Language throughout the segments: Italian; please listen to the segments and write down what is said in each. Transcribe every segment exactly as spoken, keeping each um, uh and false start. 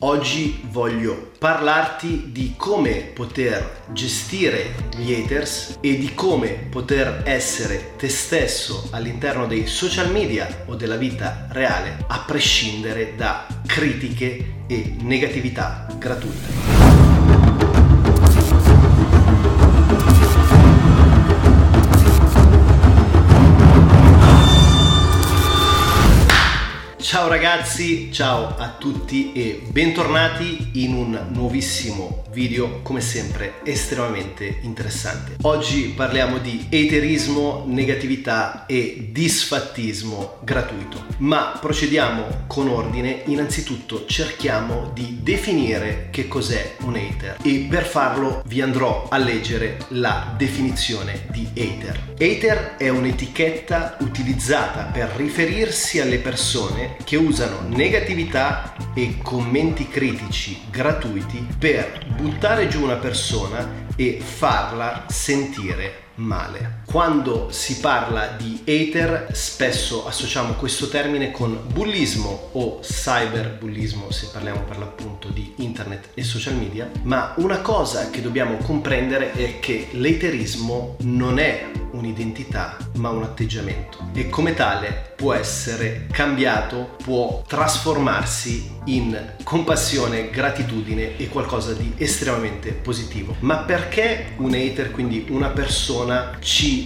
Oggi voglio parlarti di come poter gestire gli haters e di come poter essere te stesso all'interno dei social media o della vita reale, a prescindere da critiche e negatività gratuite. Ciao ragazzi, ciao a tutti e bentornati in un nuovissimo video, come sempre estremamente interessante. Oggi parliamo di haterismo, negatività e disfattismo gratuito. Ma procediamo con ordine. Innanzitutto cerchiamo di definire che cos'è un hater e per farlo vi andrò a leggere la definizione di hater. Hater è un'etichetta utilizzata per riferirsi alle persone che usano negatività e commenti critici gratuiti per buttare giù una persona e farla sentire male. Quando si parla di hater spesso associamo questo termine con bullismo o cyberbullismo, se parliamo per l'appunto di internet e social media, ma una cosa che dobbiamo comprendere è che l'haterismo non è un'identità ma un atteggiamento e come tale può essere cambiato, può trasformarsi in compassione, gratitudine e qualcosa di estremamente positivo. Ma perché un hater, quindi una persona, ci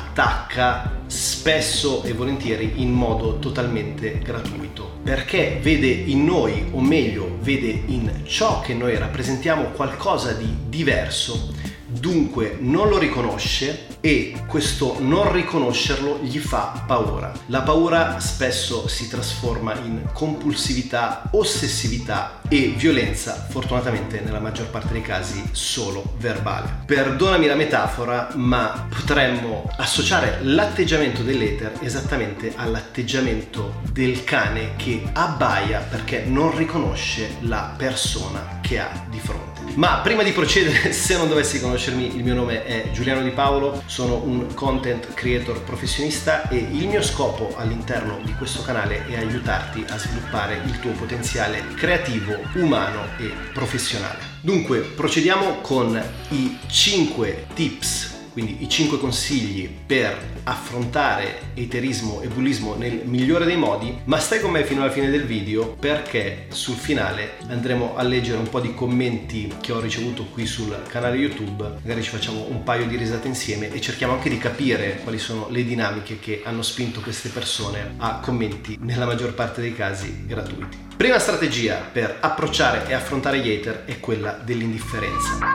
attacca spesso e volentieri in modo totalmente gratuito? Perché vede in noi, o meglio vede in ciò che noi rappresentiamo, qualcosa di diverso, dunque non lo riconosce e questo non riconoscerlo gli fa paura. La paura spesso si trasforma in compulsività, ossessività e violenza, fortunatamente nella maggior parte dei casi solo verbale. Perdonami la metafora, ma potremmo associare l'atteggiamento dell'hater esattamente all'atteggiamento del cane che abbaia perché non riconosce la persona che ha di fronte. Ma prima di procedere, se non dovessi conoscermi, il mio nome è Giuliano Di Paolo, sono un content creator professionista e il mio scopo all'interno di questo canale è aiutarti a sviluppare il tuo potenziale creativo, umano e professionale. Dunque, procediamo con i cinque tips, quindi i cinque consigli per affrontare haterismo e bullismo nel migliore dei modi, ma stai con me fino alla fine del video perché sul finale andremo a leggere un po' di commenti che ho ricevuto qui sul canale YouTube, magari ci facciamo un paio di risate insieme e cerchiamo anche di capire quali sono le dinamiche che hanno spinto queste persone a commenti nella maggior parte dei casi gratuiti. Prima strategia per approcciare e affrontare gli hater è quella dell'indifferenza.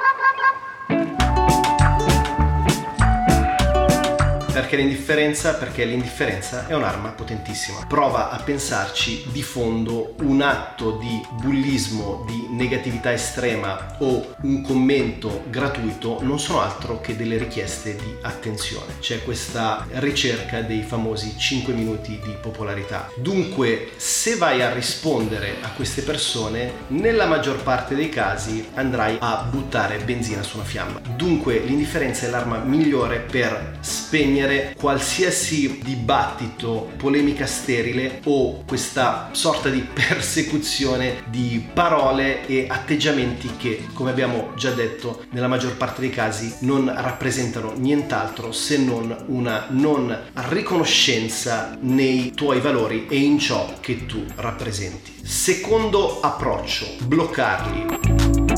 Perché l'indifferenza? Perché l'indifferenza è un'arma potentissima. Prova a pensarci: di fondo un atto di bullismo, di negatività estrema o un commento gratuito non sono altro che delle richieste di attenzione. C'è questa ricerca dei famosi cinque minuti di popolarità. Dunque, se vai a rispondere a queste persone, nella maggior parte dei casi andrai a buttare benzina su una fiamma. Dunque, l'indifferenza è l'arma migliore per spegnere qualsiasi dibattito, polemica sterile o questa sorta di persecuzione di parole e atteggiamenti che, come abbiamo già detto, nella maggior parte dei casi non rappresentano nient'altro se non una non riconoscenza nei tuoi valori e in ciò che tu rappresenti. Secondo approccio: bloccarli.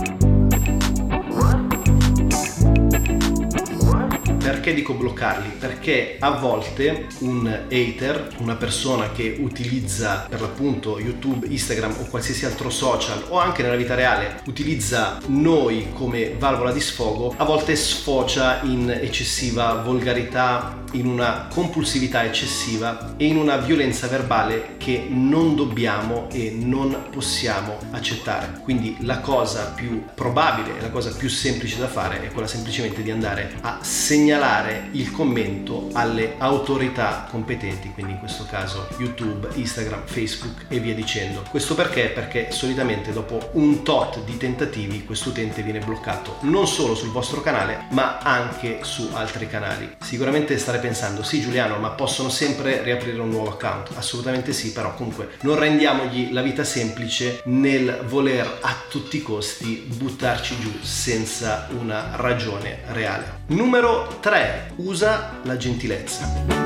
Perché dico bloccarli? Perché a volte un hater, una persona che utilizza per l'appunto YouTube, Instagram o qualsiasi altro social o anche nella vita reale, utilizza noi come valvola di sfogo, a volte sfocia in eccessiva volgarità, in una compulsività eccessiva e in una violenza verbale che non dobbiamo e non possiamo accettare. Quindi la cosa più probabile, la cosa più semplice da fare è quella semplicemente di andare a segnalare lasciare il commento alle autorità competenti, quindi in questo caso YouTube, Instagram, Facebook e via dicendo. Questo perché? Perché solitamente dopo un tot di tentativi questo utente viene bloccato non solo sul vostro canale ma anche su altri canali. Sicuramente stare pensando: sì Giuliano, ma possono sempre riaprire un nuovo account? Assolutamente sì, però comunque non rendiamogli la vita semplice nel voler a tutti i costi buttarci giù senza una ragione reale. Numero tre. Usa la gentilezza.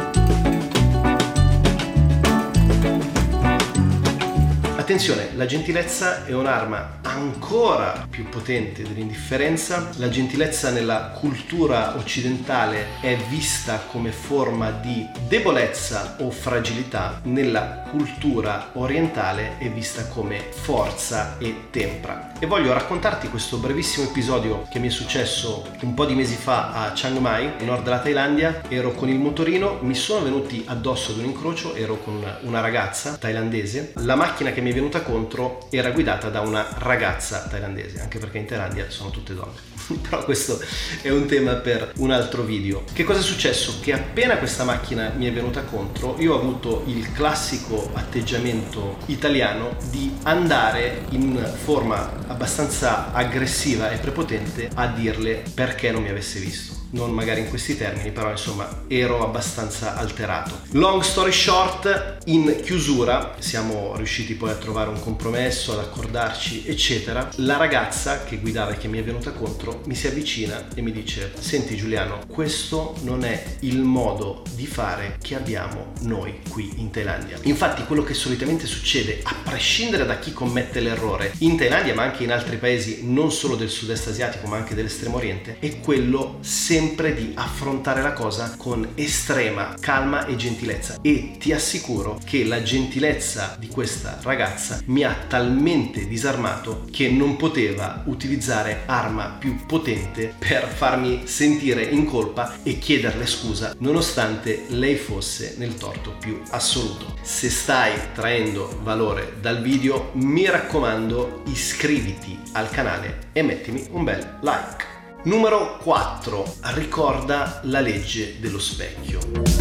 Attenzione, la gentilezza è un'arma ancora più potente dell'indifferenza. La gentilezza nella cultura occidentale è vista come forma di debolezza o fragilità, nella cultura orientale è vista come forza e tempra. E voglio raccontarti questo brevissimo episodio che mi è successo un po' di mesi fa a Chiang Mai, nel nord della Thailandia. Ero con il motorino, mi sono venuti addosso ad un incrocio, ero con una ragazza thailandese. La macchina che mi è venuta contro era guidata da una ragazza thailandese, anche perché in Thailandia sono tutte donne. Però questo è un tema per un altro video. Che cosa è successo? Che appena questa macchina mi è venuta contro, io ho avuto il classico atteggiamento italiano di andare in forma abbastanza aggressiva e prepotente a dirle perché non mi avesse visto. Non magari in questi termini, però insomma ero abbastanza alterato. Long story short, in chiusura siamo riusciti poi a trovare un compromesso, ad accordarci eccetera. La ragazza che guidava e che mi è venuta contro mi si avvicina e mi dice: senti Giuliano, questo non è il modo di fare che abbiamo noi qui in Thailandia. Infatti quello che solitamente succede, a prescindere da chi commette l'errore in Thailandia ma anche in altri paesi non solo del sud-est asiatico ma anche dell'estremo oriente, è quello sempre di affrontare la cosa con estrema calma e gentilezza. E ti assicuro che la gentilezza di questa ragazza mi ha talmente disarmato che non poteva utilizzare arma più potente per farmi sentire in colpa e chiederle scusa, nonostante lei fosse nel torto più assoluto. Se stai traendo valore dal video, mi raccomando, iscriviti al canale e mettimi un bel like. Numero quattro. Ricorda la legge dello specchio.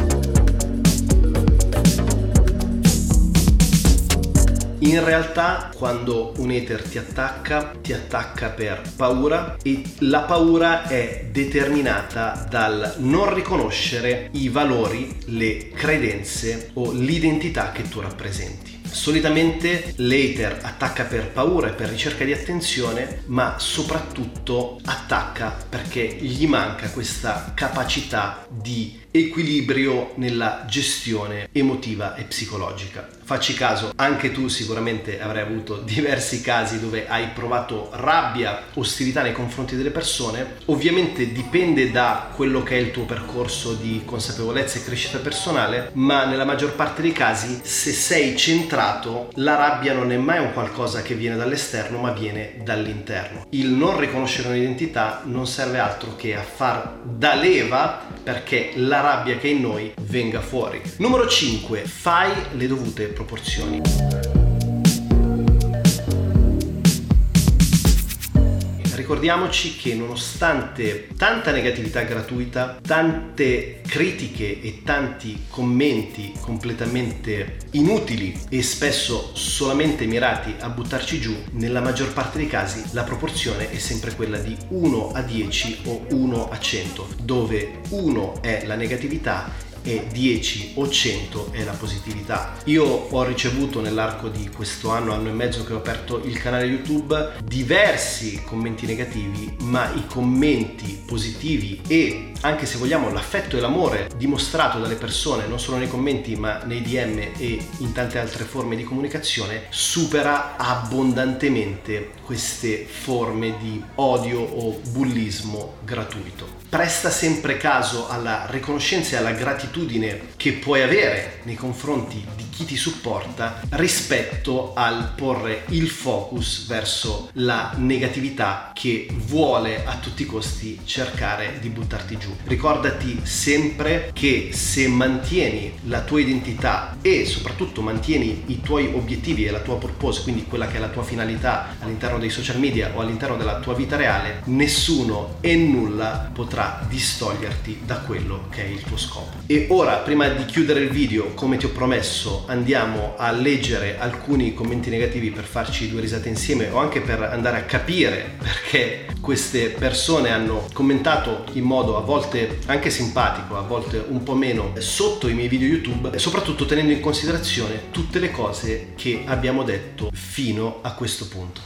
In realtà quando un hater ti attacca, ti attacca per paura, e la paura è determinata dal non riconoscere i valori, le credenze o l'identità che tu rappresenti. Solitamente l'hater attacca per paura e per ricerca di attenzione, ma soprattutto attacca perché gli manca questa capacità di equilibrio nella gestione emotiva e psicologica. Facci caso, anche tu sicuramente avrai avuto diversi casi dove hai provato rabbia, ostilità nei confronti delle persone. Ovviamente dipende da quello che è il tuo percorso di consapevolezza e crescita personale, ma nella maggior parte dei casi, se sei centrato, la rabbia non è mai un qualcosa che viene dall'esterno ma viene dall'interno. Il non riconoscere un'identità non serve altro che a far da leva perché la rabbia che è in noi venga fuori. Numero cinque. Fai le dovute proporzioni. Ricordiamoci che nonostante tanta negatività gratuita, tante critiche e tanti commenti completamente inutili e spesso solamente mirati a buttarci giù, nella maggior parte dei casi la proporzione è sempre quella di uno a dieci o uno a cento, dove uno è la negatività e dieci o cento è la positività. Io ho ricevuto nell'arco di questo anno, anno e mezzo che ho aperto il canale YouTube, diversi commenti negativi, ma i commenti positivi e anche, se vogliamo, l'affetto e l'amore dimostrato dalle persone non solo nei commenti ma nei D M e in tante altre forme di comunicazione supera abbondantemente queste forme di odio o bullismo gratuito. Presta sempre caso alla riconoscenza e alla gratitudine che puoi avere nei confronti di chi chi ti supporta rispetto al porre il focus verso la negatività che vuole a tutti i costi cercare di buttarti giù. Ricordati sempre che se mantieni la tua identità e soprattutto mantieni i tuoi obiettivi e la tua purpose, quindi quella che è la tua finalità all'interno dei social media o all'interno della tua vita reale, nessuno e nulla potrà distoglierti da quello che è il tuo scopo. E ora, prima di chiudere il video, come ti ho promesso, andiamo a leggere alcuni commenti negativi per farci due risate insieme o anche per andare a capire perché queste persone hanno commentato in modo a volte anche simpatico, a volte un po' meno, sotto i miei video YouTube, soprattutto tenendo in considerazione tutte le cose che abbiamo detto fino a questo punto.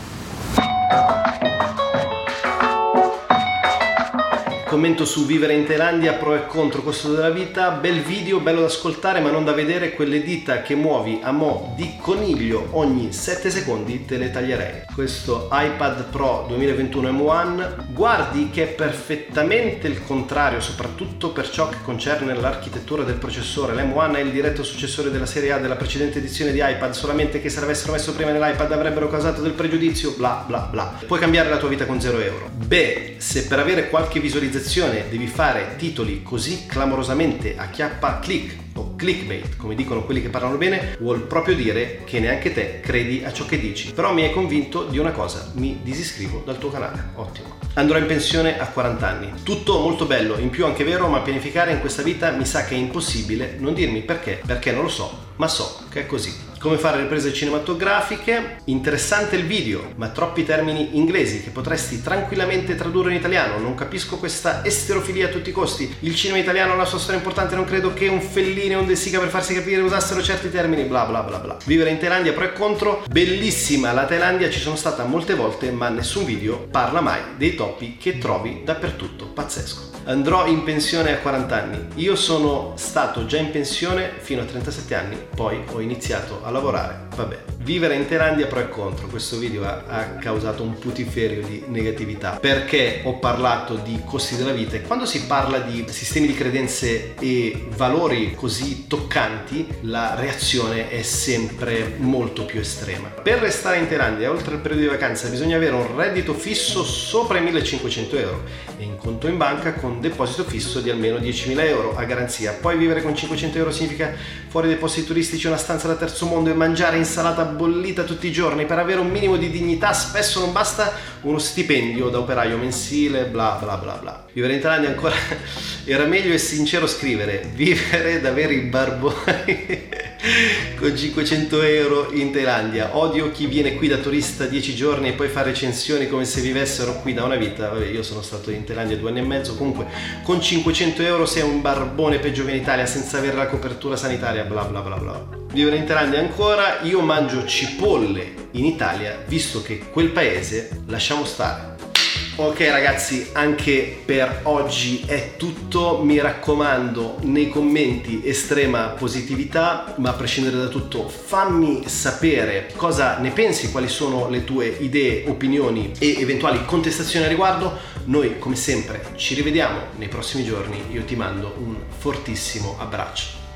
Commento su Vivere in Thailandia, pro e contro costo della vita. Bel video, bello da ascoltare ma non da vedere. Quelle dita che muovi a mo' di coniglio ogni sette secondi te le taglierei. Questo iPad Pro duemilaventuno M uno, guardi che è perfettamente il contrario, soprattutto per ciò che concerne l'architettura del processore. L'M uno è il diretto successore della serie A della precedente edizione di iPad, solamente che se l'avessero messo prima nell'iPad avrebbero causato del pregiudizio, bla bla bla. Puoi cambiare la tua vita con zero euro. Beh, se per avere qualche visualizzazione devi fare titoli così clamorosamente a chiappa click o clickbait, come dicono quelli che parlano bene, vuol proprio dire che neanche te credi a ciò che dici. Però mi hai convinto di una cosa: mi disiscrivo dal tuo canale. Ottimo. Andrò in pensione a quaranta anni. Tutto molto bello, in più anche vero, ma pianificare in questa vita mi sa che è impossibile. Non dirmi perché, perché non lo so, ma so che è così. Come fare riprese cinematografiche. Interessante il video, ma troppi termini inglesi che potresti tranquillamente tradurre in italiano. Non capisco questa esterofilia a tutti i costi. Il cinema italiano ha la sua storia importante, non credo che un Fellini o un De Sica per farsi capire usassero certi termini, bla bla bla bla. Vivere in Thailandia, pro e contro. Bellissima la Thailandia, ci sono stata molte volte, ma nessun video parla mai dei topi che trovi dappertutto. Pazzesco. Andrò in pensione a quaranta anni. Io sono stato già in pensione fino a trentasette anni, poi ho iniziato a lavorare. Vabbè. Vivere in Thailandia, pro e contro. Questo video ha, ha causato un putiferio di negatività perché ho parlato di costi della vita, e quando si parla di sistemi di credenze e valori così toccanti la reazione è sempre molto più estrema. Per restare in Thailandia oltre il periodo di vacanza bisogna avere un reddito fisso sopra i millecinquecento euro e in conto in banca con deposito fisso di almeno diecimila euro a garanzia. Poi vivere con cinquecento euro significa fuori dai posti turistici, una stanza da terzo mondo e mangiare insalata bollita tutti i giorni. Per avere un minimo di dignità spesso non basta uno stipendio da operaio mensile, bla bla bla bla. Vivere in Thailandia ancora era meglio e sincero scrivere vivere da veri barboni con cinquecento euro in Thailandia. Odio chi viene qui da turista dieci giorni e poi fa recensioni come se vivessero qui da una vita. Vabbè, io sono stato in Thailandia due anni e mezzo. Comunque con cinquecento euro sei un barbone peggio che in Italia senza avere la copertura sanitaria, bla bla bla bla. Vivere in Thailandia ancora. Io mangio cipolle in Italia, visto che quel paese lasciamo stare. Ok ragazzi, anche per oggi è tutto. Mi raccomando, nei commenti estrema positività, ma a prescindere da tutto fammi sapere cosa ne pensi, quali sono le tue idee, opinioni e eventuali contestazioni a riguardo. Noi come sempre ci rivediamo nei prossimi giorni. Io ti mando un fortissimo abbraccio.